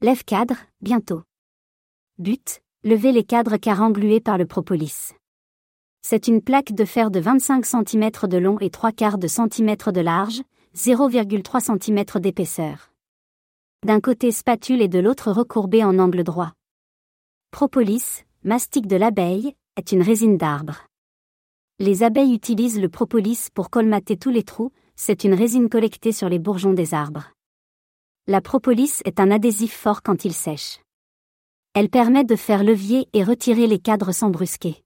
Lève-cadre, bientôt. But, lever les cadres car englués par le propolis. C'est une plaque de fer de 25 cm de long et 3/4 de centimètre de large, 0,3 cm d'épaisseur. D'un côté spatule et de l'autre recourbée en angle droit. Propolis, mastic de l'abeille, est une résine d'arbre. Les abeilles utilisent le propolis pour colmater tous les trous, c'est une résine collectée sur les bourgeons des arbres. La propolis est un adhésif fort quand il sèche. Elle permet de faire levier et retirer les cadres sans brusquer.